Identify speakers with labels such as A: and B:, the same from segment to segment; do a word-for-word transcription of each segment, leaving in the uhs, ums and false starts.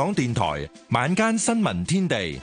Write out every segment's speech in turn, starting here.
A: 港電台晚間新聞天地，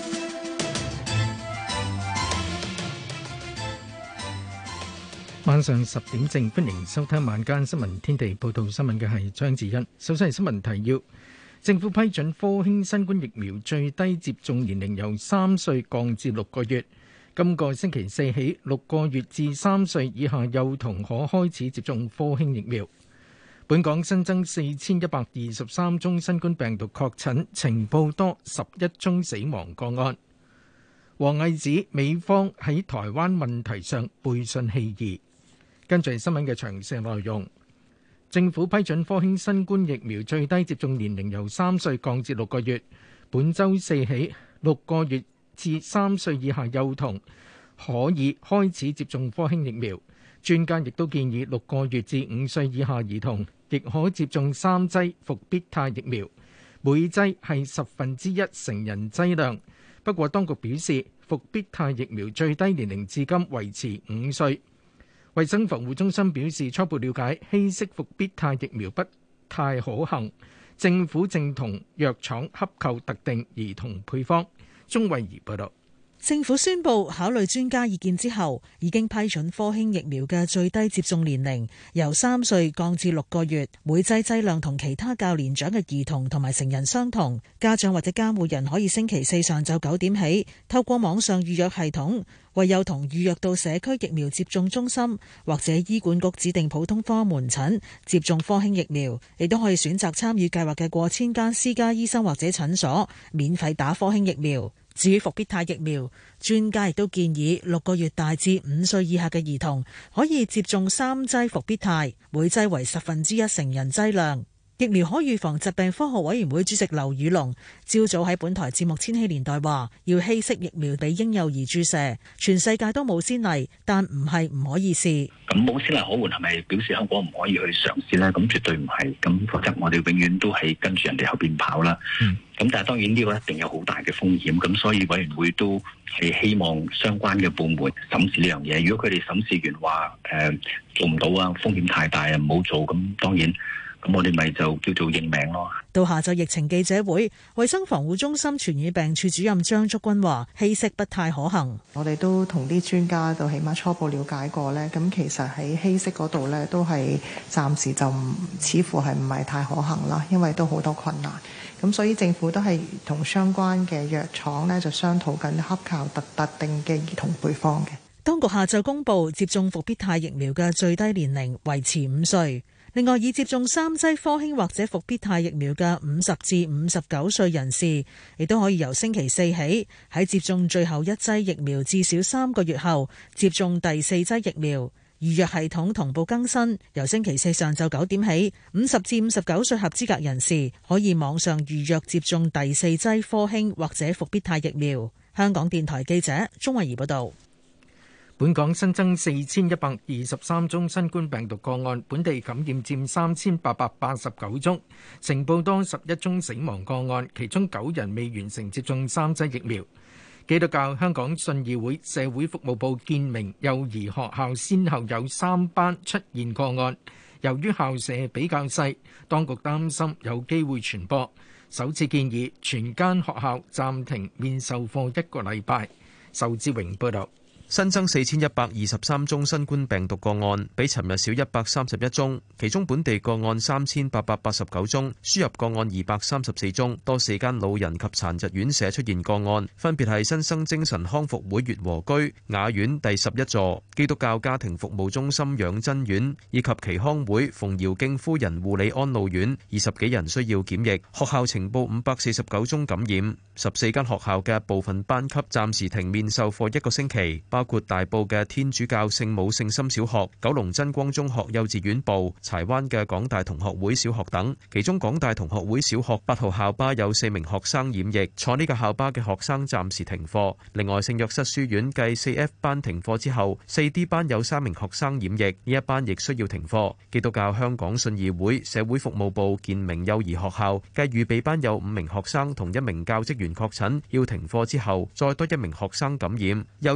B: 晚上十點正，歡迎收聽晚間新聞天地。報道新聞嘅係張智欣。首先係新聞提要：政府批准科興新冠疫苗最低接種年齡由三歲降至六個月。今個星期四起，六個月至三歲以下幼童可開始接種科興疫苗。本港新增四千一百二十三宗新冠病毒確診，呈報多十一宗死亡個案。王毅指美方喺台灣問題上背信棄義。跟住新聞嘅詳細內容，政府批准科興新冠疫苗最低接種年齡由三歲降至六個月。本週四起，六個月至三歲以下幼童可以開始接種科興疫苗。專家亦都建議六個月至五歲以下兒童亦可接種三劑復必泰疫苗，每劑係十分之一成人劑量。不過，當局表示，復必泰疫苗最低年齡至今維持五歲。衛生防護中心表示，初步了解稀釋復必泰疫苗不太可行，政府正同藥廠洽購特定兒童配方。鍾慧儀報道。
C: 政府宣布考慮專家意見之後，已經批准科興疫苗嘅最低接種年齡由三歲降至六個月，每劑劑量同其他較年長嘅兒童同埋成人相同。家長或者監護人可以星期四上晝九點起，透過網上預約系統為幼童預約到社區疫苗接種中心或者醫管局指定普通科門診接種科興疫苗，亦都可以選擇參與計劃嘅過千間私家醫生或者診所免費打科興疫苗。至於復必泰疫苗，專家亦都建議六個月大至五歲以下嘅兒童可以接種三劑復必泰，每劑為十分之一成人劑量。疫苗可預防疾病科學委員會主席劉宇龍朝早喺本台節目《千禧年代》話，要稀釋疫苗俾嬰幼兒注射，全世界都冇先例，但唔係唔可以試。
D: 咁冇先例可援係咪表示香港唔可以去嘗試呢？咁絕對唔係，咁否則我哋永遠都係跟住人哋後邊跑啦。咁、嗯、但係當然呢個一定有好大嘅風險，咁所以委員會都係希望相關嘅部門審視呢樣嘢。如果佢哋審視完話誒、呃、做唔到啊，風險太大啊，唔好做，咁當然。咁我哋咪就叫做認命咯。
C: 到下晝疫情記者會，衛生防護中心傳染病處主任張竹君話：稀釋不太可行。
E: 我哋都同啲專家就起碼初步了解過呢，咁其實喺稀釋嗰度呢，都係暫時就唔似乎係唔係太可行啦，因為都好多困難。咁所以政府都係同相關嘅藥廠呢，就商討緊洽購特特定嘅兒童配方嘅。
C: 當局下晝公布接種復必泰疫苗嘅最低年齡維持五歲。另外，已接種三劑科興或者復必泰疫苗嘅五十至五十九歲人士，亦都可以由星期四起喺接種最後一劑疫苗至少三個月後接種第四劑疫苗。預約系統同步更新，由星期四上晝九點起，五十至五十九歲合資格人士可以網上預約接種第四劑科興或者復必泰疫苗。香港電台記者鍾慧儀報道。
B: 本港新增四千一百二十三宗新冠病毒個案，本地感染佔三千八百八十九宗，呈報多十一宗死亡個案，其中九人未完成接種三劑疫苗。基督教香港信義會社會服務部建明幼兒學校先後有三班出現個案，由於校舍比較細，當局擔心有機會傳播，首次建議全間學校暫停面授課一個禮拜。仇志榮報導。
F: 新增四千一百二十三宗新冠病毒個案，比尋日少一百三十一宗，其中本地個案三千八百八十九宗，輸入個案二百三十四宗，多四間老人及殘疾院舍出現個案，分別係新生精神康復會悅和居雅苑第十一座、基督教家庭服務中心養真院以及耆康會馮堯敬夫人護理安老院，二十幾人需要檢疫。學校呈報五百四十九宗感染，十四間學校嘅部分班級暫時停面授課一個星期。包括大埔嘅天主教聖母聖心小學、九龍真光中學幼稚園部、柴灣嘅港大同學會小學等。其中港大同學會小學八號校巴有四名學生染疫，坐呢個校巴嘅學生暫時停課。另外，聖約瑟書院繼四 F 班停課之後，四 D 班有三名學生染疫，呢一班亦需要停課。基督教香港信義會社會服務部建明幼兒學校繼預備班有五名學生同一名教職員確診要停課之後，再多一名學生感染，幼兒班同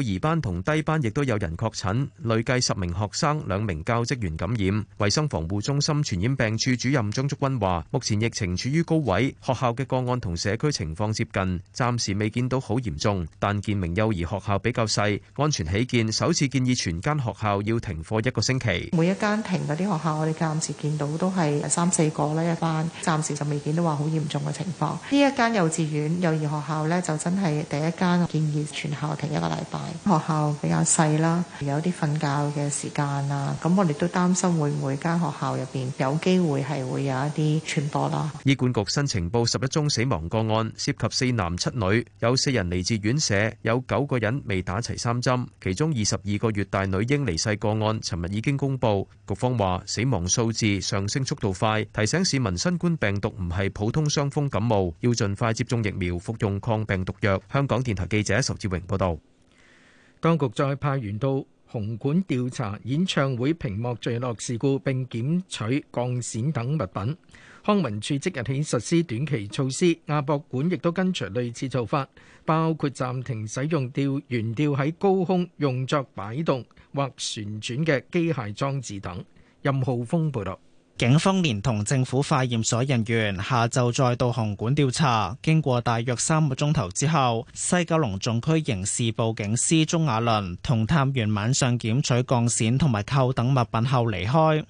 F: 同低班亦都有人確診，累計十名學生、兩名教職員感染。衛生防護中心傳染病處主任張竹君話，目前疫情處於高位，學校嘅個案同社區情況接近，暫時未見到好嚴重。但建明幼兒學校比較細，安全起見，首次建議全間學校要停課一個星期。
E: 每一間停嗰啲學校，我哋暫時見到都係三四個呢一班，暫時就未見到話好嚴重嘅情況。呢一間幼稚園、幼兒學校呢，就真係第一間建議全校停一個禮拜。學校比較細啦，有啲瞓覺嘅時間啊，咁我哋都擔心會唔會間學校入邊有機會係會有一啲傳播啦。
F: 醫管局新呈報十一宗死亡個案，涉及四男七女，有四人嚟自院舍，有九個人未打齊三針，其中二十二個月大女嬰離世個案，尋日已經公布。局方話死亡數字上升速度快，提醒市民新冠病毒唔係普通傷風感冒，要盡快接種疫苗，服用抗病毒藥。香港電台記者仇志榮報道。
B: 當局再派員到紅館調查演唱會屏幕墜落事故，並檢取鋼線等物品。康文署即日起實施短期措施，亞博館亦都跟隨類似做法，包括暫停使用吊懸吊喺高空用作擺動或旋轉嘅機械裝置等。任浩峰報道。
G: 警方連同政府化驗所人員下晝再到紅館調查，經過大約三個鐘頭之後，西九龍總區刑事部警司鍾亞倫同探員晚上檢取鋼線同埋扣等物品後離開。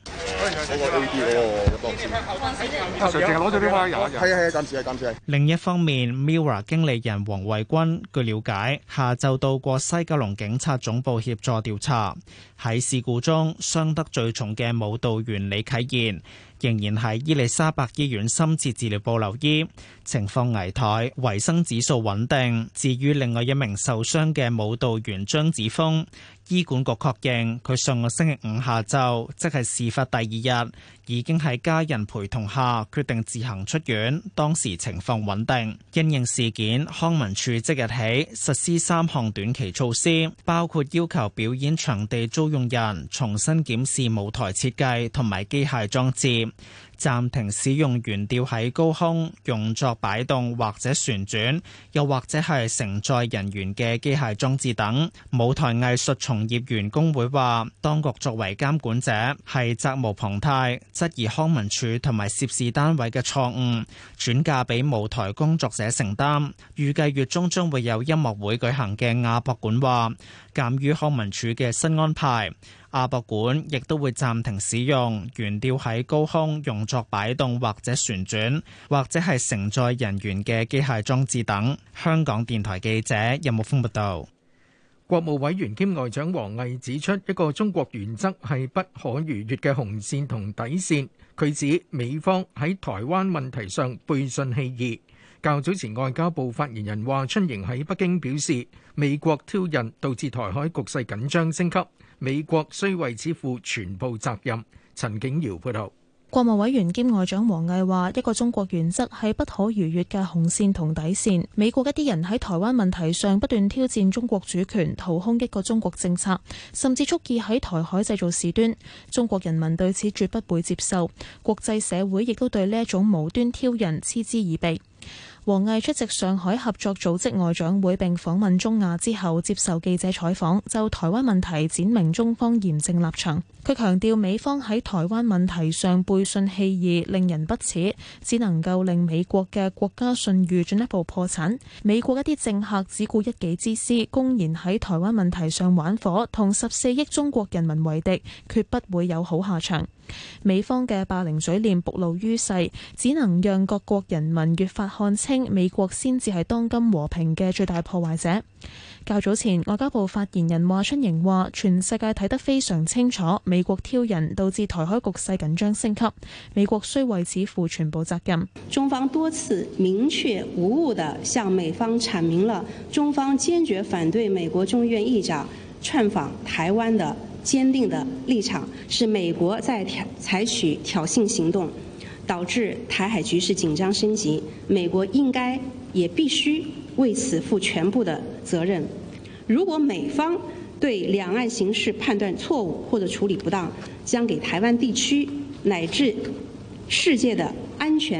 G: 另一方面 ，Mirror 經理人黃慧君據了解，下晝到過西九龍警察總部協助調查。喺事故中傷得最重嘅舞蹈員李啟賢仍然喺伊利沙伯醫院深切治療部留醫，情況危殆，維生指數穩定。至於另外一名受傷嘅舞蹈員張子峰，醫管局確認佢上個星期五下晝，即係事發第二日，已經喺家人陪同下決定自行出院，當時情況穩定。因應事件，康文署即日起實施三項短期措施，包括要求表演場地租用人重新檢視舞台設計同埋機械裝置，暫停使用懸吊喺高空用作擺動或者旋轉，又或者係承載人員嘅機械裝置等。舞台藝術從業員工會話，當局作為監管者係責無旁貸，質疑康文署同埋涉事單位嘅錯誤，轉嫁俾舞台工作者承擔。預計月中將會有音樂會舉行嘅亞博館話，鑑於康文署嘅新安排，亞博館亦都會暫停使用懸吊喺高空用作擺動或者旋轉，或者係承載人員嘅機械裝置等。香港電台記者任木峰報道。
B: 國務委員兼外長王毅指出，一個中國原則係不可逾越嘅紅線同底線。佢指美方喺台灣問題上背信棄義。較早前外交部發言人華春瑩喺北京表示，美國挑釁導致台海局勢緊張升級，美國須為此負全部責任。陳景堯報道。
H: 國務委員兼外長王毅話，一個中國原則係不可逾越嘅紅線同底線。美國一啲人喺台灣問題上不斷挑戰中國主權，掏空一個中國政策，甚至蓄意喺台海製造事端。中國人民對此絕不會接受，國際社會亦都對呢一種無端挑釁嗤之以鼻。王毅出席上海合作組織外長會並訪問中亞之後，接受記者採訪，就台灣問題闡明中方嚴正立場。佢強調，美方喺台灣問題上背信棄義，令人不齒，只能夠令美國嘅國家信譽進一步破產。美國一啲政客只顧一己之私，公然喺台灣問題上玩火，同十四億中國人民為敵，決不會有好下場。美方嘅霸凌嘴臉暴露於世，只能讓各國人民越發看清美國先至係當今和平嘅最大破壞者。較早前，外交部發言人華春瑩話，全世界睇得非常清楚，美國挑釁導致台海局勢緊張升級，美國需為此負全部責任。
I: 中方多次明確無誤地向美方闡明了中方堅決反對美國眾議院議長竄訪台灣的堅定的立場，是美國在採取挑釁行動，導致台海局勢緊張升級，美國應該也必須為此負全部的責任。如果美方對兩岸形勢判斷錯誤或者處理不當，將給台灣地區乃至世界的安全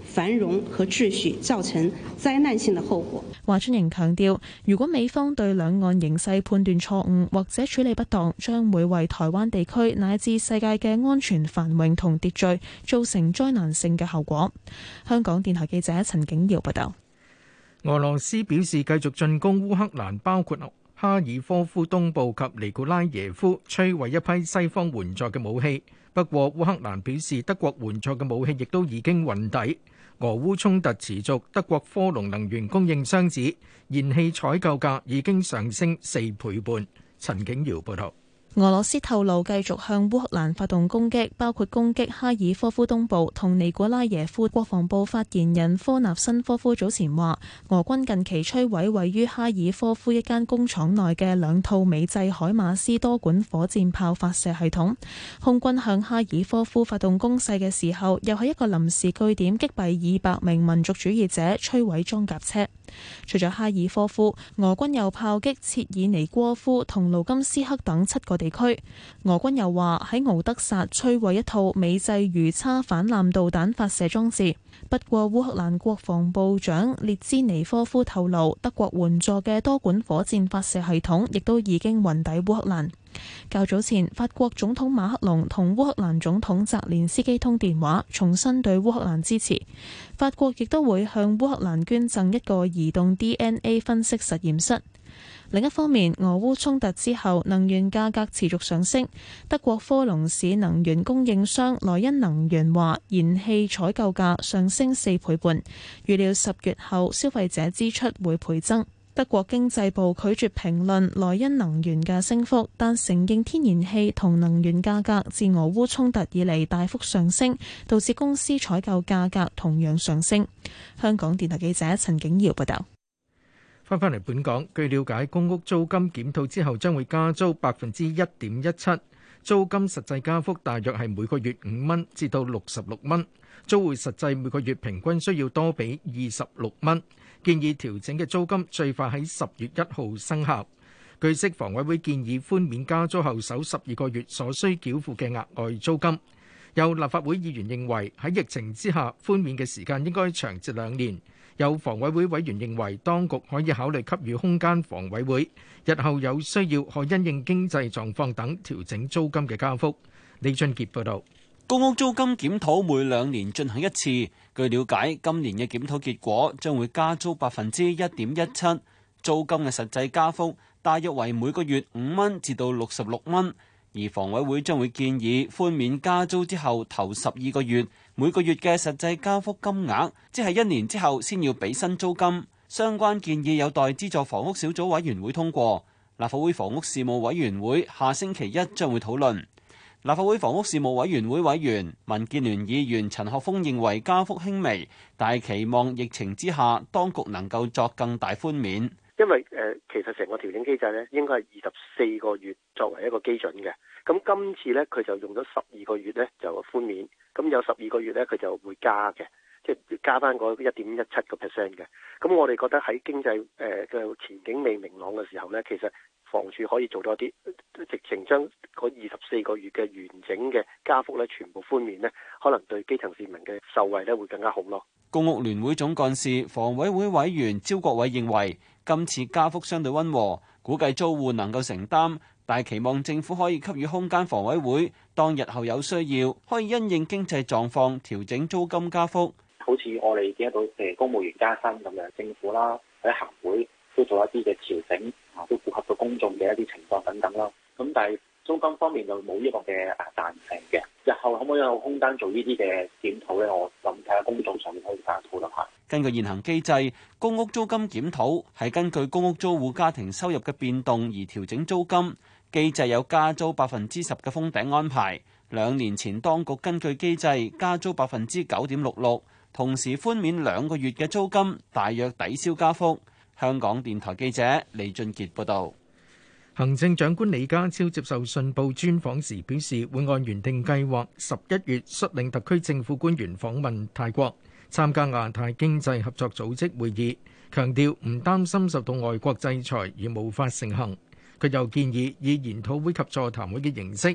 I: 繁榮和秩序造成災難性的後果。
H: 華春瑩強調，如果美方對兩岸形勢判斷錯誤或者處理不當，將會為台灣地區乃至世界嘅安全繁榮同秩序造成災難性嘅後果。香港電台記者陳景瑤報道。
B: 俄羅斯表示繼續進攻烏克蘭，包括哈爾科夫東部及尼古拉耶夫，摧毀一批西方援助嘅武器。不過烏克蘭表示德國援助嘅武器亦都已經運抵。俄烏衝突持續，德國科隆能源供應商指燃氣採購價已經上升四倍半。陳景瑤報道。
H: 俄羅斯透露繼續向烏克蘭發動攻擊，包括攻擊哈爾科夫東部同尼古拉耶夫。國防部發言人科納申科夫早前話，俄軍近期摧毀位於哈爾科夫一間工廠內嘅兩套美製海馬斯多管火箭炮發射系統。空軍向哈爾科夫發動攻勢嘅時候，又喺一個臨時據點擊斃二百名民族主義者，摧毀裝甲車。除咗哈爾科夫，俄軍又炮擊切爾尼戈夫同盧甘斯克等七個地區。俄軍又話喺敖德薩摧毀一套美製魚叉反艦導彈發射裝置。不過烏克蘭國防部長列茲尼科夫透露，德國援助嘅多管火箭發射系統亦都已經運抵烏克蘭。較早前，法國總統馬克龍同烏克蘭總統澤連斯基通電話，重申對烏克蘭支持。法國亦都會向烏克蘭捐贈一個移動 D N A 分析實驗室。另一方面，俄烏衝突之後，能源價格持續上升。德國科隆市能源供應商萊茵能源話，燃氣採購價上升四倍半，預料十月後消費者支出會倍增。德國經濟部拒絕評論萊茵能源嘅升幅，但承認天然氣同能源價格自俄烏衝突以嚟大幅上升，導致公司採購價格同樣上升。香港電台記者陳景瑤報道。
B: 翻返嚟本港，據了解，公屋租金檢討之後將會加租百分之一點一七，租金實際加幅大約係每個月五蚊至到六十六蚊，租戶實際每個月平均需要多俾二十六蚊。建議調整嘅租金最快喺十月一號生效。據悉，房委會建議寬免加租後首十二個月所需繳付嘅額外租金。有立法會議員認為喺疫情之下寬免嘅時間應該長至兩年。有房委會委員認為當局可以考慮給予空間房委會，日後有需要可因應經濟狀況等調整租金嘅加幅。李俊傑報導。
J: 公屋租金檢討每兩年進行一次，據了解，今年嘅檢討結果將會加租百分之一點一七，租金嘅實際加幅大約為每個月五蚊至到六十六蚊。而房委會將會建議寬免加租之後頭十二個月，每個月嘅實際加幅金額，即係一年之後先要俾新租金。相關建議有待資助房屋小組委員會通過，立法會房屋事務委員會下星期一將會討論。立法會房屋事務委員會委員民建聯議員陳學鋒認為加幅輕微，但係期望疫情之下當局能夠作更大寬免。
K: 因為誒、呃，其實成個調整機制咧，應該係二十四個月作為一個基準嘅。咁今次咧，佢就用咗十二個月咧就寬免，咁有十二個月咧佢就會加嘅，即係加翻嗰一點一七個 percent 嘅。咁我哋覺得喺經濟誒嘅前景未明朗嘅時候咧，其實房署可以做多啲，直情將嗰二十四個月嘅完整嘅加幅咧，全部寬免咧，可能對基層市民嘅受惠咧會更加好咯。
J: 公屋聯會總幹事、房委會委員招國偉認為，今次加幅相對溫和，估計租戶能夠承擔，但係期望政府可以給予空間房委會，當日後有需要可以因應經濟狀況調整租金加幅。
L: 好似我哋見得到誒公務員加薪咁樣，政府啦或者行會都做一啲嘅調整，啊都符合到公眾嘅一啲情況等等啦。咁但係租金方面就冇呢個嘅啊彈性嘅，日後可唔可以有空間做呢啲嘅檢討咧？我諗睇下公眾上面可以大家討論下。
J: 根據現行機制，公屋租金檢討係根據公屋租戶家庭收入嘅變動而調整租金，機制有加租百分之十嘅封頂安排。兩年前當局根據機制加租百分之九點六六，同時寬免兩個月嘅租金，大約抵消加幅。香港電台記者李俊傑報導。
B: 行政長官李家超接受信報專訪時表示，會按原定計劃十一月率領特區政府官員訪問泰國，參加亞太經濟合作組織會議，強調唔擔心受到外國制裁而無法成行。佢又建議以研討會及座談會嘅形式，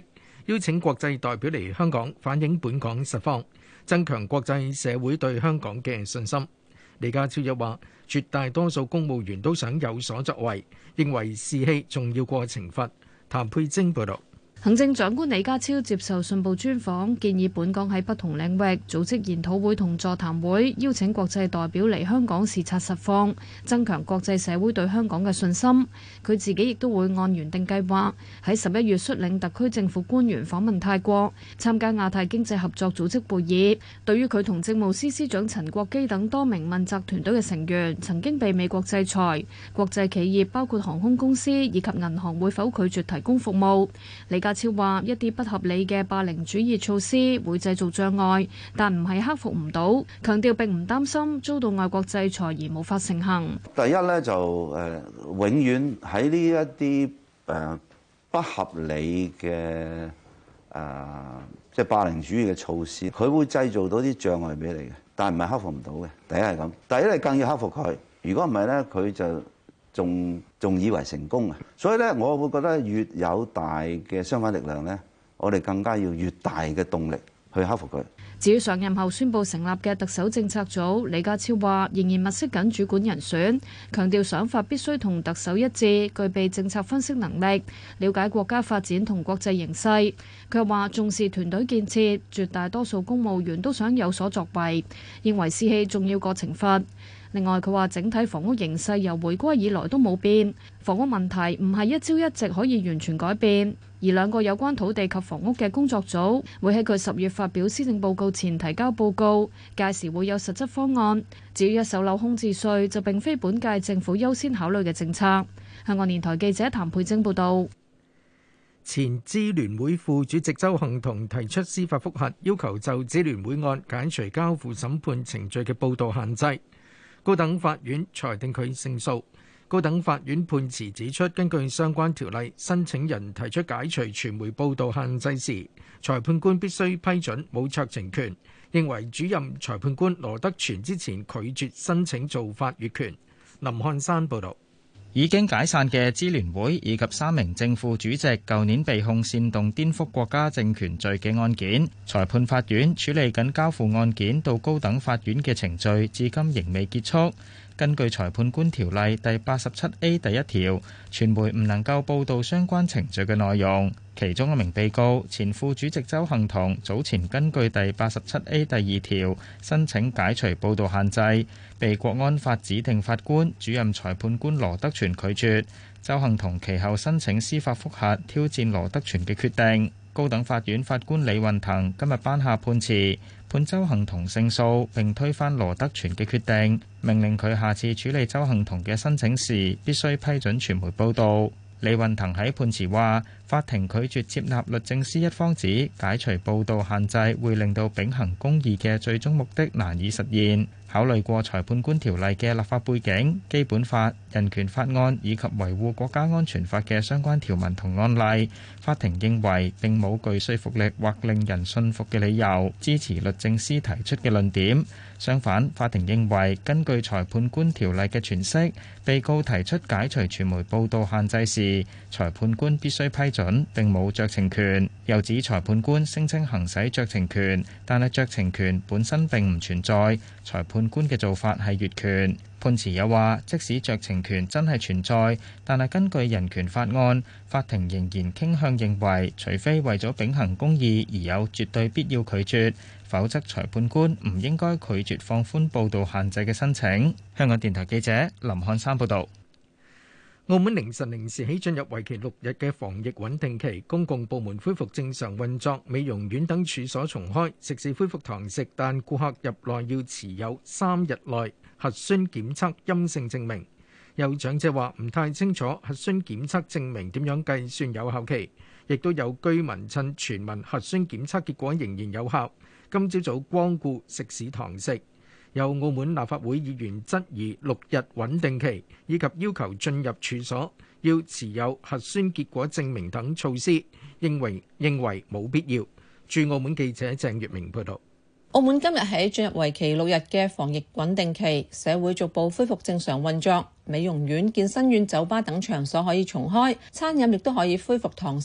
B: 邀請國際代表嚟香港反映本港實況，增強國際社會對香港嘅信心。李家超又話，絕大多數公務員都想有所作為，認為士氣重要過懲罰。譚佩晶報導。
M: 行政長官李家超接受信報專訪，建議本港喺不同領域組織研討會同座談會，邀請國際代表嚟香港視察實況，增強國際社會對香港嘅信心。佢自己亦都會按原定計劃喺十一月率領特區政府官員訪問泰國，參加亞太經濟合作組織會議。對於佢同政務司司長陳國基等多名問責團隊嘅成員曾經被美國制裁，國際企業包括航空公司以及銀行會否拒絕提供服務？李家超話一啲不合理嘅霸凌主義措施會製造障礙，但唔係克服唔到，強調並唔擔心遭到外國制裁而無法成行。
N: 第一咧就誒、呃、永遠喺呢一啲誒不合理嘅誒、呃、即係霸凌主義嘅措施，佢會製造到啲障礙俾你嘅，但係唔係克服唔到嘅。第一係咁，第一你更要克服佢。如果唔係咧，佢就仲仲以為成功啊！所以咧，我會覺得越有大嘅相反力量咧，我哋更加要越大嘅動力去克服佢。
M: 至於上任後宣布成立嘅特首政策組，李家超話仍然物色緊主管人選，強調想法必須同特首一致，具備政策分析能力，了解國家發展同國際形勢。佢又話重視團隊建設，絕大多數公務員都想有所作為，認為士氣重要過懲罰。另外，佢話整體房屋形勢由回歸以來都冇變，房屋問題唔係一朝一夕可以完全改變。而兩個有關土地及房屋嘅工作組會喺佢十月發表施政報告前提交報告，屆時會有實質方案。至於一手樓空置稅，就並非本屆政府優先考慮嘅政策。香港電台記者譚佩晶報導。
B: 前支聯會副主席鄒幸彤提出司法覆核，要求就支聯會案解除交付審判程序嘅報導限制。高等法院裁定佢勝訴。高等法院判詞指出，根據相關條例，申請人提出解除傳媒報導限制時，裁判官必須批准，冇酌情權。認為主任裁判官羅德全之前拒絕申請做法越權。林漢山報導。
O: 已經解散嘅支聯會以及三名正副主席舊年被控煽動顛覆國家政權罪嘅案件，裁判法院處理緊交付案件到高等法院嘅程序，至今仍未結束。根據裁判官條例第八十七 A 第一條，傳媒唔能夠報導相關程序嘅內容。其中一名被告前副主席鄒幸彤早前根據第八十七 A 第二條申請解除報導限制，被國安法指定法官主任裁判官羅德全拒絕。鄒幸彤其後申請司法覆核挑戰羅德全嘅決定。高等法院法官李運騰今日頒下判詞，判鄒幸彤勝訴，並推翻羅德全嘅決定，命令佢下次處理鄒幸彤嘅申請時必須批准傳媒報導。李運騰喺判詞話，法庭拒絕接納律政司一方指解除報導限制會令到秉行公義嘅最終目的難以實現。考慮過裁判官條例嘅立法背景、基本法、人權法案以及維護國家安全法嘅相關條文同案例，法庭認為並冇具說服力或令人信服嘅理由支持律政司提出嘅論點。相反，法庭認為根據裁判官條例嘅詮釋，被告提出解除傳媒報導限制時，裁判官必須批准並冇酌情權。又指裁判官聲稱行使酌情權，但係酌情權本身並唔存在，裁判官嘅做法係越權。判詞又話，即使酌情權真係存在，但係根據人權法案，法庭仍然傾向認為，除非為咗秉行公義而有絕對必要拒絕，否則裁判官唔應該拒絕放寬報導限制嘅申請。香港電台記者林漢山報導。
B: 澳門凌晨零時起進入為期六日嘅防疫穩定期，公共部門恢復正常運作，美容院等處所重開，食肆恢復堂食，但顧客入內要持有三日內核酸檢測陰性證明。有長者話唔太清楚核酸檢測證明點樣計算有效期，亦都有居民趁全民核酸檢測結果仍然有效，今朝早光顧食肆堂食。有澳門立法會議員質疑六日穩定期以及要求進入處所要持有核酸結果證明等措施，認為認為冇必要。駐澳門記者鄭月明報導。
P: 澳門今日起進入為期六日嘅防疫穩定期，社會逐步恢復正常運作，美容院、健身院、酒吧等場所可以重開，餐飲亦都可以恢復堂食。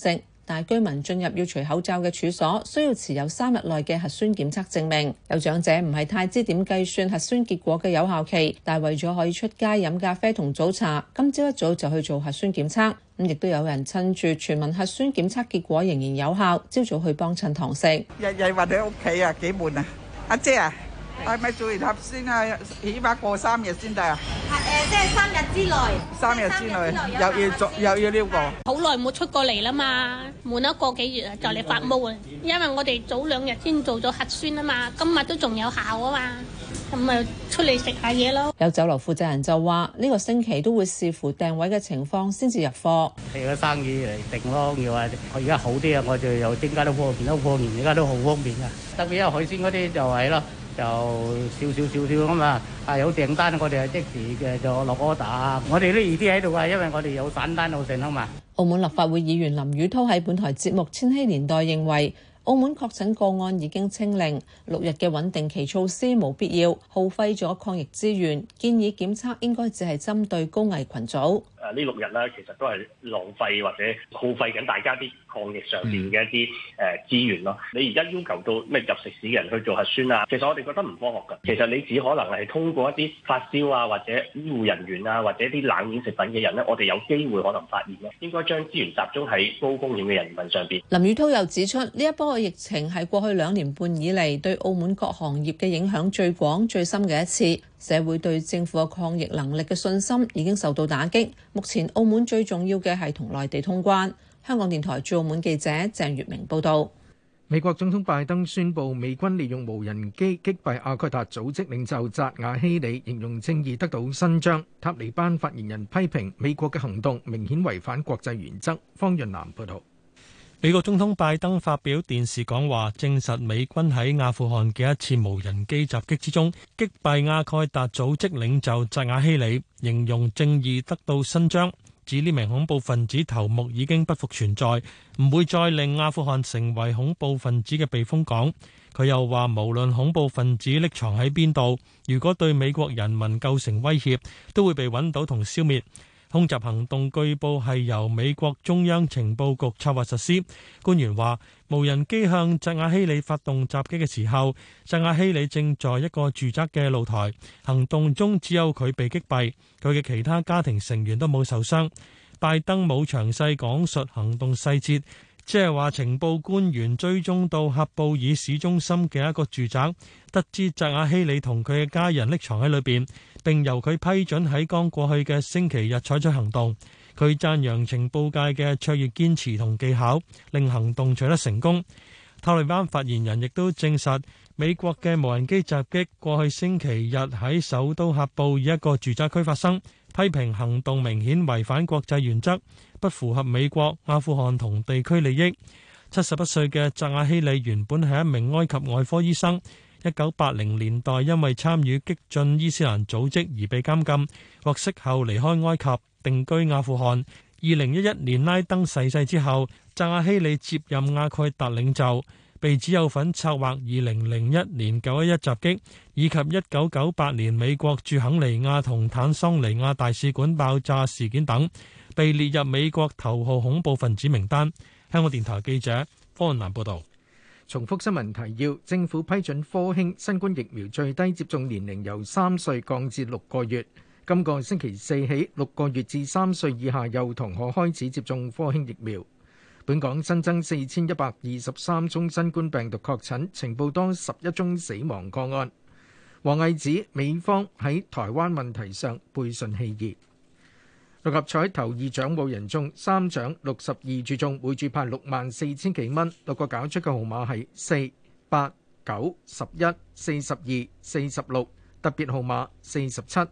P: 但居民進入要除口罩嘅處所，需要持有三日內嘅核酸檢測證明。有長者唔係太知點計算核酸結果嘅有效期，但係為咗可以出街飲咖啡同早茶，今朝一早就去做核酸檢測。咁亦都有人趁住全民核酸檢測結果仍然有效，朝早去幫襯堂食。
Q: 日日韞喺屋企啊，幾悶啊！阿姐啊，係咪做完核酸啊？起碼過三日先得啊？
R: 係誒，即係三日之內。
Q: 三日之內又要做又要撩過。
R: 好耐冇出過嚟啦嘛，悶一個幾月啊，就嚟發毛啊！因為我哋早兩日先做咗核酸啊嘛，今日都仲有效啊嘛。咁咪出嚟食下嘢咯。
P: 有酒樓負責人就話：呢個星期都會視乎訂位嘅情況先至入貨。
S: 睇個生意嚟定咯，要話我而家好啲啊，我就又增加到貨源，都貨源而家都好方便啊。特別係海鮮嗰啲就係咯，就少少少少咁啊。啊有訂單我哋係即時嘅就落 order。我哋都易啲喺度啊，因為我哋有散單好剩啊嘛。
P: 澳門立法會議員林宇滔喺本台節目《千禧年代》認為，澳門確診個案已經清零，六日嘅穩定期措施冇必要，耗費咗抗疫資源。建議檢測應該只係針對高危群組。
T: 誒呢六日咧，其實都係浪費或者耗費緊大家啲抗疫上邊嘅一啲誒資源咯。你而家要求到咩入食肆嘅人去做核酸啊？其實我哋覺得唔科學㗎。其實你只可能係通過一啲發燒啊，或者醫護人員啊，或者啲冷鏈食品嘅人咧，我哋有機會可能發現咯。應該將資源集中喺高風險嘅人群上邊。
P: 林宇滔又指出，呢一波嘅疫情係過去兩年半以嚟對澳門各行業嘅影響最廣最深嘅一次。社會對政府嘅抗疫能力嘅信心已經受到打擊。目前澳門最重要嘅係同內地通關。香港電台駐澳門記者鄭月明報導。
B: 美國總統拜登宣布，美軍利用無人機擊敗阿蓋達組織領袖扎瓦希里，形容正義得到伸張。塔利班發言人批評美國嘅行動明顯違反國際原則。方潤南報導。
U: 美國總統拜登發表電視講話，證實美軍喺阿富汗嘅一次無人機襲擊之中擊敗阿蓋達組織領袖扎瓦希里，形容正義得到伸張，指呢名恐怖分子頭目已經不復存在，唔會再令阿富汗成為恐怖分子嘅避風港。佢又話，無論恐怖分子匿藏喺邊度，如果對美國人民構成威脅，都會被揾到同消滅。空襲行動據報係由美國中央情報局策劃實施。官員話，無人機向扎瓦希里發動襲擊嘅時候，扎瓦希里正在一個住宅嘅露台，行動中只有佢被擊斃，佢嘅其他家庭成員都冇受傷。拜登冇詳細講述行動細節，即係話情報官員追蹤到喀布爾市中心嘅一個住宅，得知扎瓦希里同佢嘅家人匿藏喺裏邊，並由佢批准喺剛過去嘅星期日採取行動。佢讚揚情報界嘅卓越堅持同技巧，令行動取得成功。塔利班發言人亦都證實，美國嘅無人機襲擊過去星期日喺首都喀布爾一個住宅區發生，批評行動明顯違反國際原則，不符合美國、阿富汗同地區利益。七十一歲嘅扎瓦希里原本係一名埃及外科醫生，一九八零年代因為參與激進伊斯蘭組織而被監禁，獲釋後離開埃及定居阿富汗。二零一一年拉登逝世之後，扎瓦希里接任阿蓋達領袖，被指有份策劃二零零一年九一一襲擊，以及一九九八年美國駐肯尼亞同坦桑尼亞大使館爆炸事件等，被列入美國頭號恐怖分子名單。香港電台記者方南報道。
B: 重複新聞提要：政府批准科興新冠疫苗最低接種年齡由三歲降至六個月。今個星期四起，六個月至三歲以下幼童可開始接種科興疫苗。本港新增四千一百二十三宗新冠病毒確診，呈報多十一宗死亡個案。王毅指美方喺台灣問題上背信棄義。六合彩頭二獎冇人中，三獎六十二注中，每注派六萬四千幾蚊。六個搞出嘅號碼係四、八、九、十一、四十二、四十六，特別號碼四十七。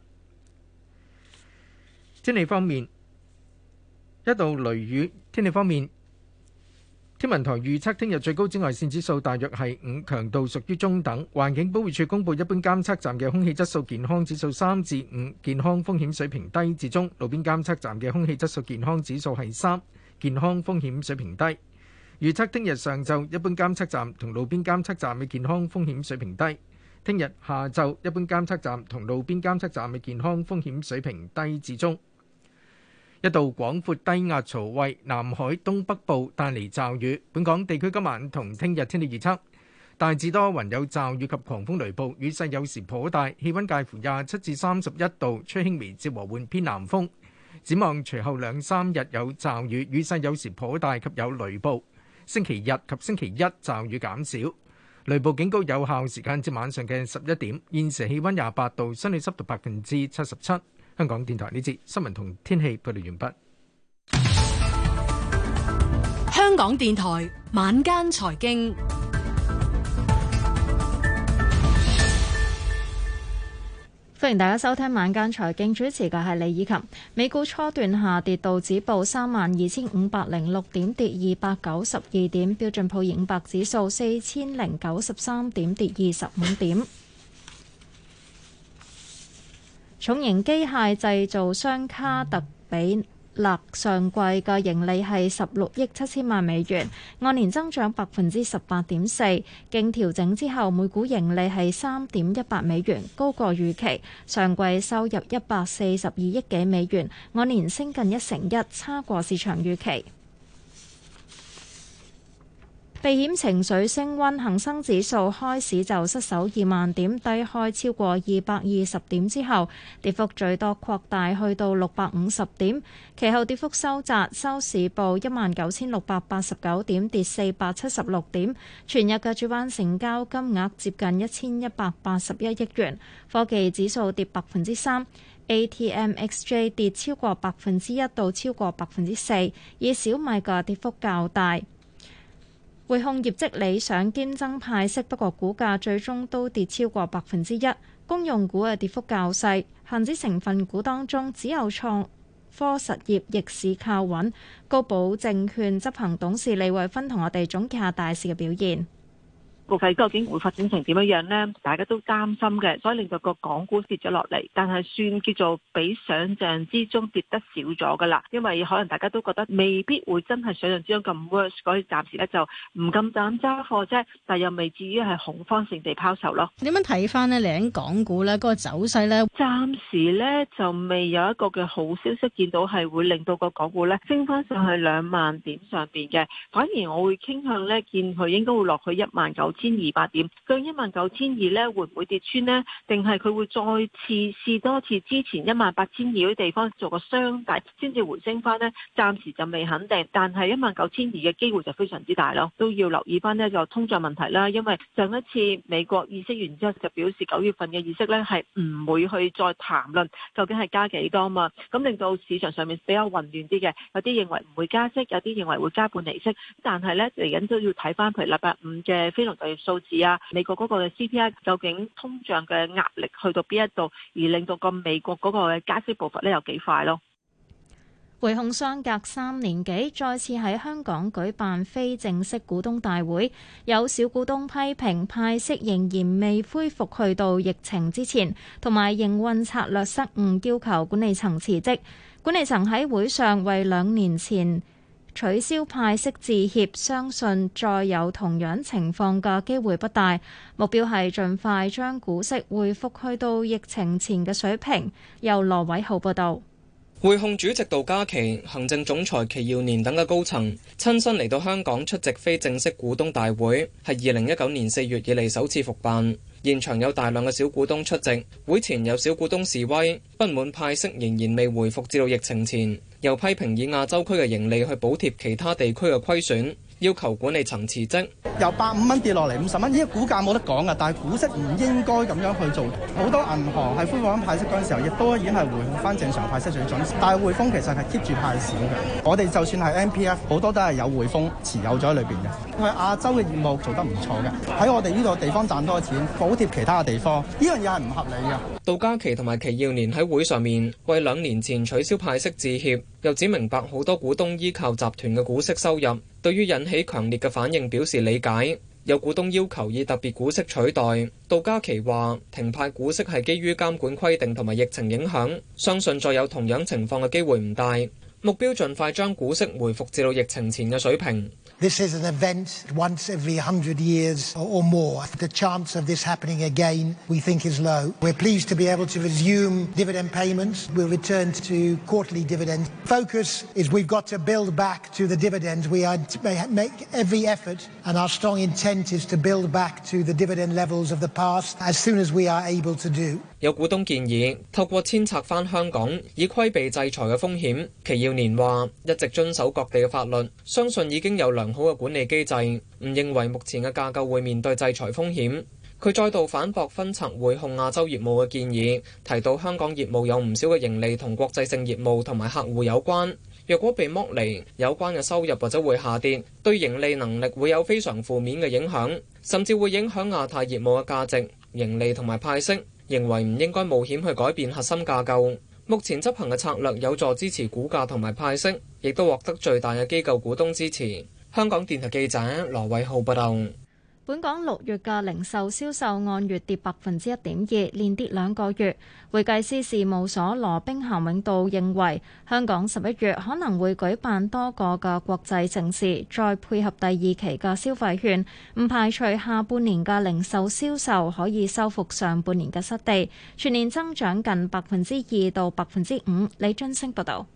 B: 天氣方面，一道雷雨。天氣方面，天文台預測聽日最高紫外線指數大約係五，強度屬於中等。環境保護署公布一般監測站嘅空氣質素健康指數三至五，健康風險水平低至中；路邊監測站嘅空氣質素健康指數係三，健康風險水平低。預測聽日上晝一般監測站同路邊監測站嘅健康風險水平低。聽日下晝一般監測站同路邊監測站嘅健康風險水平低至中。 一道廣闊低壓槽為南海東北部帶嚟驟雨。本港地區今晚同聽日天氣預測大致多雲有驟雨及狂風雷暴，雨勢有時頗大，氣溫介乎廿七至三十一度，吹輕微至和緩偏南風。展望隨後兩三日有驟雨，雨勢有時頗大及有雷暴。星期日及星期一驟雨減少，雷暴警告有效時間至晚上嘅十一點。現時氣溫廿八度，相對濕度百分之七十七。香港電台呢節新聞同天氣報道完畢。
A: 香港電台晚間財經，
M: 歡迎大家收聽晚間財經，主持嘅係李以琴。美股初段下跌，道指報三萬二千五百零六點，跌二百九十二點；標準普爾五百指數四千零九十三點，跌二十五點。重型機械製造商卡特彼勒上季嘅盈利係十六億七千萬美元，按年增長百分之十八點四，經調整之後每股盈利係三點一八美元，高過預期。上季收入一百四十二億幾美元，按年升近一成一，差過市場預期。避險情緒升溫，恒生指數開市就失守二萬點，低開超過二百二十點之後，跌幅最多擴大去到六百五十點，其後跌幅收窄，收市報一萬九千六百八十九點，跌四百七十六點。全日嘅主板成交金額接近一千一百八十一億元。科技指數跌百分之三。A T M X J 跌超過百分之一到超過百分之四，以小米嘅跌幅較大。匯控業績理想兼增派息，不過股價最終都跌超過百分之一。公用股嘅跌幅較細，恒指成分股當中只有創科實業逆市靠穩。高寶證券執行董事李慧芬同我哋總結下大市嘅表現。
V: 個勢究竟會發展成點樣樣呢？大家都擔心嘅，所以令到個港股跌咗落嚟。但係算叫做比想象之中跌得少咗噶啦，因為可能大家都覺得未必會真係想象之中咁 worse，所以暫時咧就唔咁膽揸貨啫。但又未至於係恐慌性地拋售咯。
W: 點樣睇翻呢？嚟緊港股咧嗰個走勢咧，
V: 暫時咧就未有一個嘅好消息見到係會令到個港股咧升翻上去兩萬點上邊嘅，反而我會傾向咧見佢應該會落去一萬九千二百點，究竟一萬九千二咧會唔會跌穿呢？定係佢會再次試多次之前一萬八千二嗰啲地方做個雙底，先至回升翻呢？暫時就未肯定，但係一萬九千二嘅機會就非常之大咯。都要留意翻呢個通脹問題啦，因為上一次美國議息完之後就表示九月份嘅議息咧係唔會去再談論究竟係加幾多嘛，咁令到市場上面比較混亂啲嘅，有啲認為唔會加息，有啲認為會加半厘息，但係咧嚟緊都要睇翻譬如禮拜五嘅非農就業數字啊，美國嗰個嘅 C P I 究竟通脹嘅壓力去到邊一度，而令到個美國嗰個嘅加息步伐咧有幾快咯。
M: 匯控相隔三年幾再次喺香港舉辦非正式股東大會，有小股東批評派息仍然未恢復去到疫情之前，同埋營運策略失誤，要求管理層辭職。管理層喺會上為兩年前取消派息致歉，相信再有同樣情況嘅機會不大。目標係盡快將股息恢復去到疫情前嘅水平。由羅偉浩報導。
X: 匯控主席杜嘉祺、行政總裁祁耀年等嘅高層親身嚟到香港出席非正式股東大會，係二零一九年四月以嚟首次復辦。現場有大量嘅小股東出席，會前有小股東示威，不滿派息仍然未回復至到疫情前，又批評以亞洲區嘅盈利去補貼其他地區嘅虧損，要求管理層辭職。
Y: 由百五蚊跌落嚟五十蚊，呢個股價冇得講噶，但係股息唔應該咁樣去做。好多銀行喺恢復緊派息嗰陣時候，亦都已經係回復翻正常派息水準。但係匯豐其實係 keep 住派少嘅。我哋就算係 M P F， 好多都係有匯豐持有咗喺裏邊嘅。佢亞洲嘅業務做得唔錯嘅，喺我哋呢個地方賺多錢，補貼其他嘅地方，呢樣嘢係唔合理嘅。
X: 杜嘉祺同埋祁耀年喺會上面為兩年前取消派息致歉，又指明白好多股東依靠集團嘅股息收入，對於引起強烈嘅反應表示理解。有股東要求以特別股息取代，杜嘉祺話停派股息係基於監管規定同埋疫情影響，相信再有同樣情況嘅機會唔大。 目標盡快將股息回復至到疫情前嘅水平。
C: This is an event once every hundred years or more. The chance of this happening again, we think, is low. We're pleased to be able to resume dividend payments. We'll return to quarterly dividends. Focus is we've got to build back to the dividends. We are to make every effort, and our strong intent is to build back to the dividend levels of the past as soon as we are able to do.
X: 有股東建議透過遷冊返香港，以規避制裁嘅風險。祁耀年話：一直遵守各地嘅法律，相信已經有良好嘅管理機制，唔認為目前嘅架構會面對制裁風險。佢再度反駁分拆匯控亞洲業務嘅建議，提到香港業務有唔少嘅盈利同國際性業務同埋客戶有關。若果被剝離，有關嘅收入或者會下跌，對盈利能力會有非常負面嘅影響，甚至會影響亞太業務嘅價值、盈利同埋派息。認為唔應該冒險去改變核心架構。目前執行嘅策略有助支持股價同埋派息，亦都獲得最大嘅機構股東支持。香港電台記者羅偉浩報道。
D: 本港六月嘅零售銷售按月跌百分之一點二，連跌兩個月。會計師事務所羅兵咸永道認為，香港十一月可能會舉辦多個嘅國際盛事，再配合第二期嘅消費券，唔排除下半年嘅零售銷售可以收復上半年嘅失地，全年增長近百分之二到百分之五。李津升報導。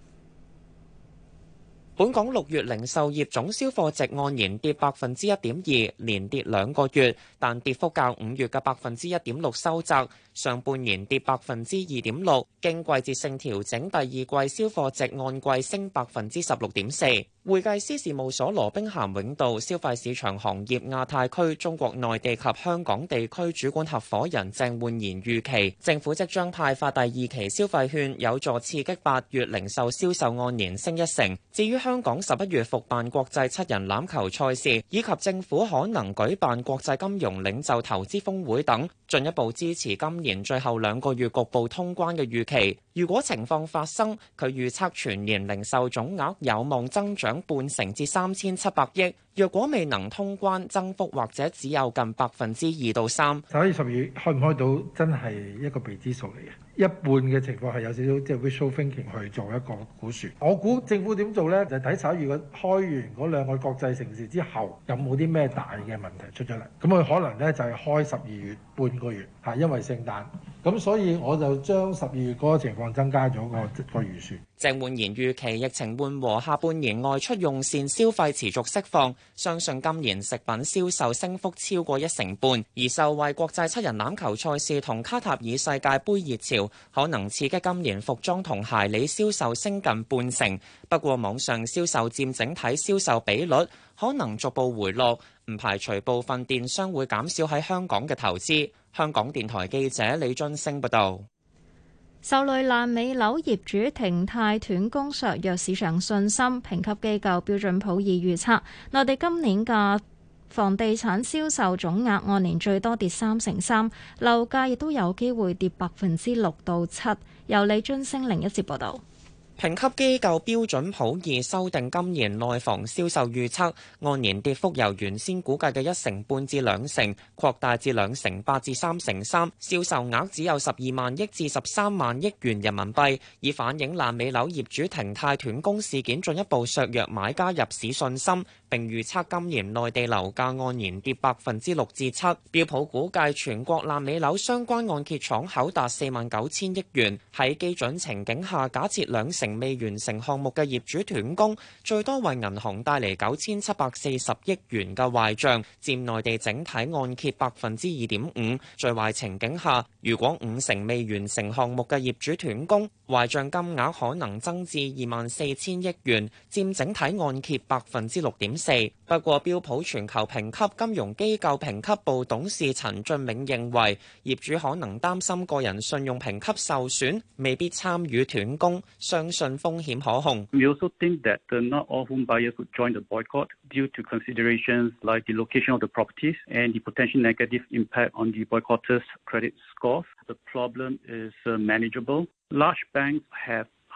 E: 本港六月零售業總銷貨值按年跌百分之一點二，連跌兩個月，但跌幅較五月嘅百分之一點六收窄。上半年跌百分之二點六，經季節性調整，第二季銷貨值按季升百分之十六點四。會計師事務所羅兵咸永道消費市場行業亞太區中國內地及香港地區主管合夥人鄭煥賢預期，政府即將派發第二期消費券，有助刺激八月零售銷售按年升一成。至於香港十一月復辦國際七人欖球賽事，以及政府可能舉辦國際金融領袖投資峰會等，進一步支持今年最後兩個月局部通關嘅預期。如果情況發生，佢預測全年零售總額有望增長半成至三千七百億。若果未能通關，增幅或者只有近百分之二到三。
F: 十一月、十二月開唔開到，真係一個未知數嚟嘅。一半嘅情況係有少少即係 wishful thinking 去做一個估算。我估政府點做呢？就睇十一月開完嗰兩個國際城市之後，有冇啲咩大嘅問題出咗嚟？咁佢可能呢就係開十二月半個月，係因為聖誕。咁所以我就將十二月嗰個情況增加咗個個預算。
E: 鄭煥賢預期疫情緩和，下半年外出用膳消費持續釋放，相信今年食品銷售升幅超過一成半，而受惠國際七人欖球賽事同卡塔爾世界盃熱潮，可能刺激今年服裝同鞋履銷售升近半成。不過網上銷售佔整體銷售比率可能逐步回落，唔排除部分電商會減少喺香港嘅投資。香港電台記者李津升報道。
D: 受累爛尾樓業主停貸斷供削弱市場信心，評級機構標準普爾預測，內地今年嘅房地產銷售總額按年最多跌三成三，樓價亦都有機會跌百分之六到七。由李津升另一節報道。
E: 評級機構標準普爾修訂今年內房銷售預測，按年跌幅由原先估計嘅一成半至兩成，擴大至兩成八至三成三，銷售額只有十二萬億至十三萬億元人民幣，以反映爛尾樓業主停貸斷供事件進一步削弱買家入市信心。並預測今年內地樓價按年跌百分之六至七。標普估計全國爛尾樓相關按揭敞口達四萬九千億元。喺基準情景下，假設兩成未完成項目嘅業主斷供，最多為銀行帶嚟九千七百四十億元嘅壞賬，佔內地整體按揭百分之二點五。最壞情景下，如果五成未完成項目嘅業主斷供，壞賬金額可能增至二萬四千億元，佔整體按揭百分之六點四。不過，標普全球評級金融機構評級部董事陳俊銘認為，業主可能擔心個人信用評級受損，未必參與斷供，相信風險可控。
G: We also think that not all home buyers would join the boycott due to considerations like the location of the properties and the potential negative impact on the boycotters' credit scores. The problem is manageable. Large banks have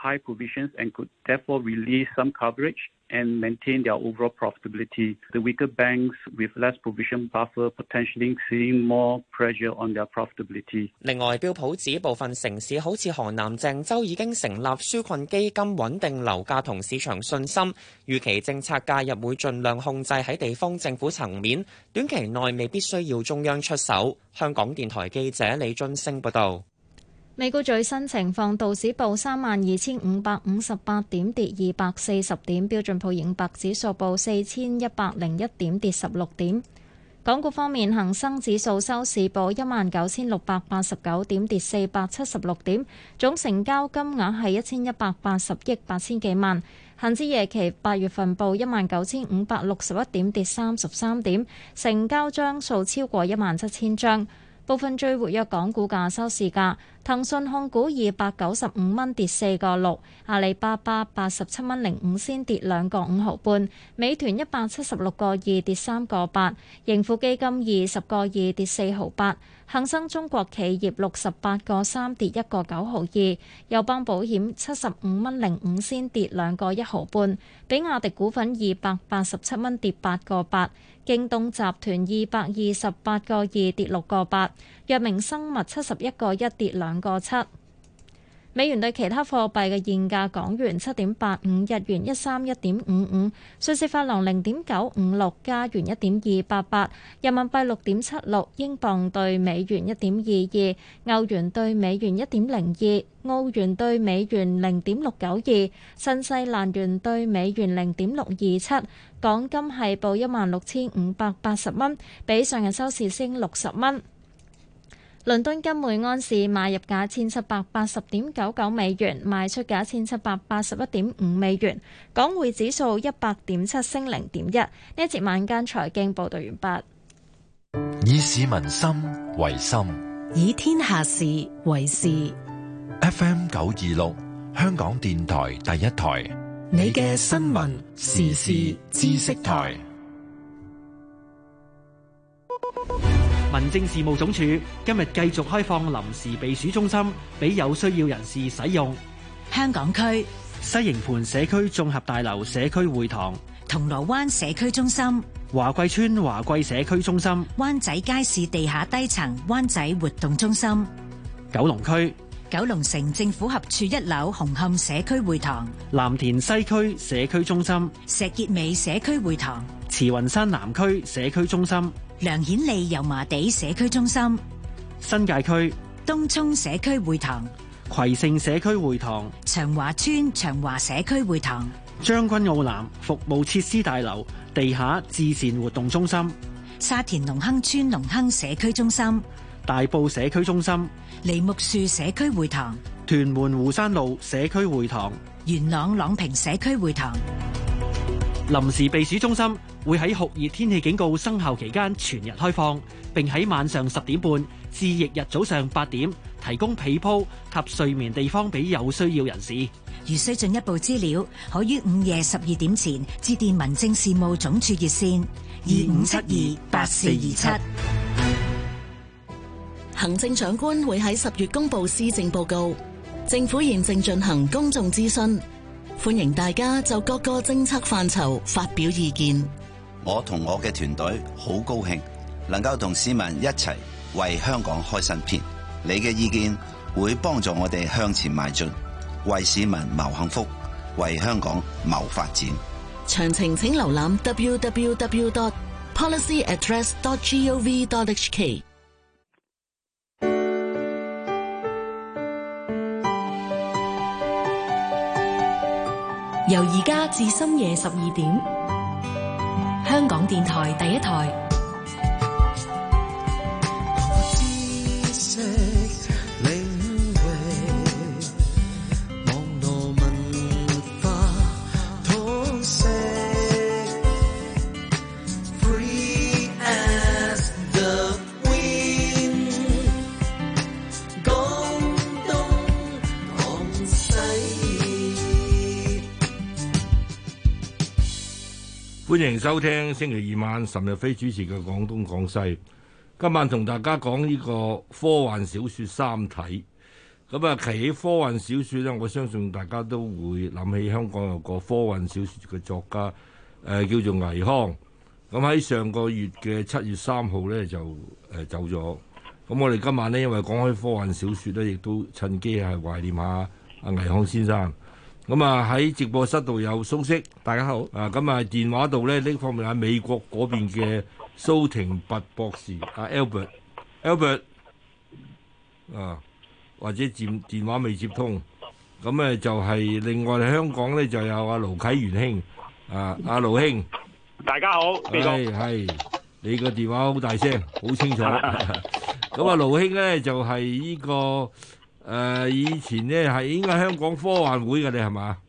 G: high provisions and could therefore release some coverage and maintain their overall profitability. The weaker banks with less provision buffer potentially seeing more pressure on their profitability.
E: 另外，標普指部分城市好似河南鄭州已經成立紓困基金，穩定樓價同市場信心。預期政策介入會盡量控制喺地方政府層面，短期內未必需要中央出手。香港電台記者李津升報導。
D: 美股最新情況，道指報三萬二千五百五十八點，跌二百四十點；標準普爾五百指數報四千一百零一點，跌十六點。港股方面，恒生指數收市報一萬九千六百八十九點，跌四百七十六點，總成交金額係一千一百八十億八千幾萬。恒指夜期八月份報一萬九千五百六十一點，跌三十三點，成交張數超過一萬七千張。部分最活躍港股價收市價：騰訊控股二百九十五蚊跌四個六，阿里巴巴八十七蚊零五仙跌兩個五毫半，美團一百七十六個二跌三個八，盈富基金二十個二跌四毫八，恒生中國企業六十八個三跌一個九毫二，友邦保險七十五蚊零五仙跌兩個一毫半，比亞迪股份二百八十七蚊跌八個八。京東集團二百二十八個二跌六個八，藥明生物七十一個一跌兩個七。美元對其他貨幣嘅現價：港元七點八五，日元一三一點五五，瑞士法郎零點九五六，加元一點二八八，人民幣六點七六，英鎊對美元一點二二，歐元對美元一點零二，澳元對美元零點六九二，新西蘭元對美元零點六二七。港金係報一萬六千五百八十蚊，比上日收市升六十蚊。倫敦金每安士買入價一千七百八十點九九美元，賣出價一千七百八十一點五美元。港匯指數一百點七升零點一。呢一節晚間財經報道完
H: 畢。以市民心為心，
A: 以天下事為事。
H: F M 九二六，香港電台第一台，
A: 你嘅新聞時事知識台。
I: 民政事務總署今日繼續開放臨時避暑中心俾有需要人士使用。
J: 香港區
I: 西營盤社區綜合大樓社區會堂、
J: 銅鑼灣社區中心、
I: 華貴村華貴社區中心、
J: 灣仔街市地下低層灣仔活動中心、
I: 九龍區
J: 九龍城政府合署一樓紅磡社區會堂、
I: 藍田西區社區中心、
J: 石硤尾社區會堂、
I: 慈雲山南區社區中心、
J: 梁顯利油麻地社區中心、
I: 新界區
J: 東涌社區會堂、
I: 葵盛社區會堂、
J: 長華村長華社區會堂、
I: 將軍澳南服務設施大樓地下至善活動中心、
J: 沙田隆亨村隆亨社區中心、
I: 大埔社區中心、
J: 梨木樹社區會堂、
I: 屯門湖山路社區會堂、
J: 元朗朗屏社區會堂。
I: 臨時避暑中心會喺酷熱天氣警告生效期間全日開放，並喺晚上十點半至翌日早上八點提供被鋪及睡眠地方俾有需要人士。
J: 如需進一步資料，可於午夜十二點前致電民政事務總署熱線二五七二八四二七。
K: 行政長官會喺十月公布施政報告，政府現正進行公眾諮詢，歡迎大家就各個政策範疇發表意見。
N: 我同我嘅團隊好高興能夠同市民一齊為香港開新篇。你嘅意見會幫助我哋向前邁進，為市民謀幸福，為香港謀發展。
K: 詳情請瀏覽 w w w dot policy address dot gov dot h k。
A: 由而家至深夜十二點，香港電台第一台。
L: 歡迎收聽星期二晚岑日飛主持嘅廣東廣西。今晚同大家講呢個科幻小說《三體》。 咁啊，提起科幻小説咧，我相信大家都會諗起香港有個科幻小説嘅作家，誒、呃、叫做倪匡。咁喺上個月嘅七月三號咧就誒、呃、走咗。咁我哋今晚呢，因為講開科幻小説咧，亦都趁機係懷念下阿倪匡先生。咁啊喺直播室度有蘇軾，大家好。啊咁啊電話度咧呢方面喺美國嗰邊嘅蘇廷拔博士，阿 Albert，Albert， 啊或者電電話未接通。咁咧就係另外香港咧就有阿盧啟元兄，啊阿盧兄，
O: 大家好，
L: 係係，你個電話好大聲，好清楚。咁啊盧兄咧就係呢個。誒、呃、以前咧係應該香港科幻會嘅，你係嘛？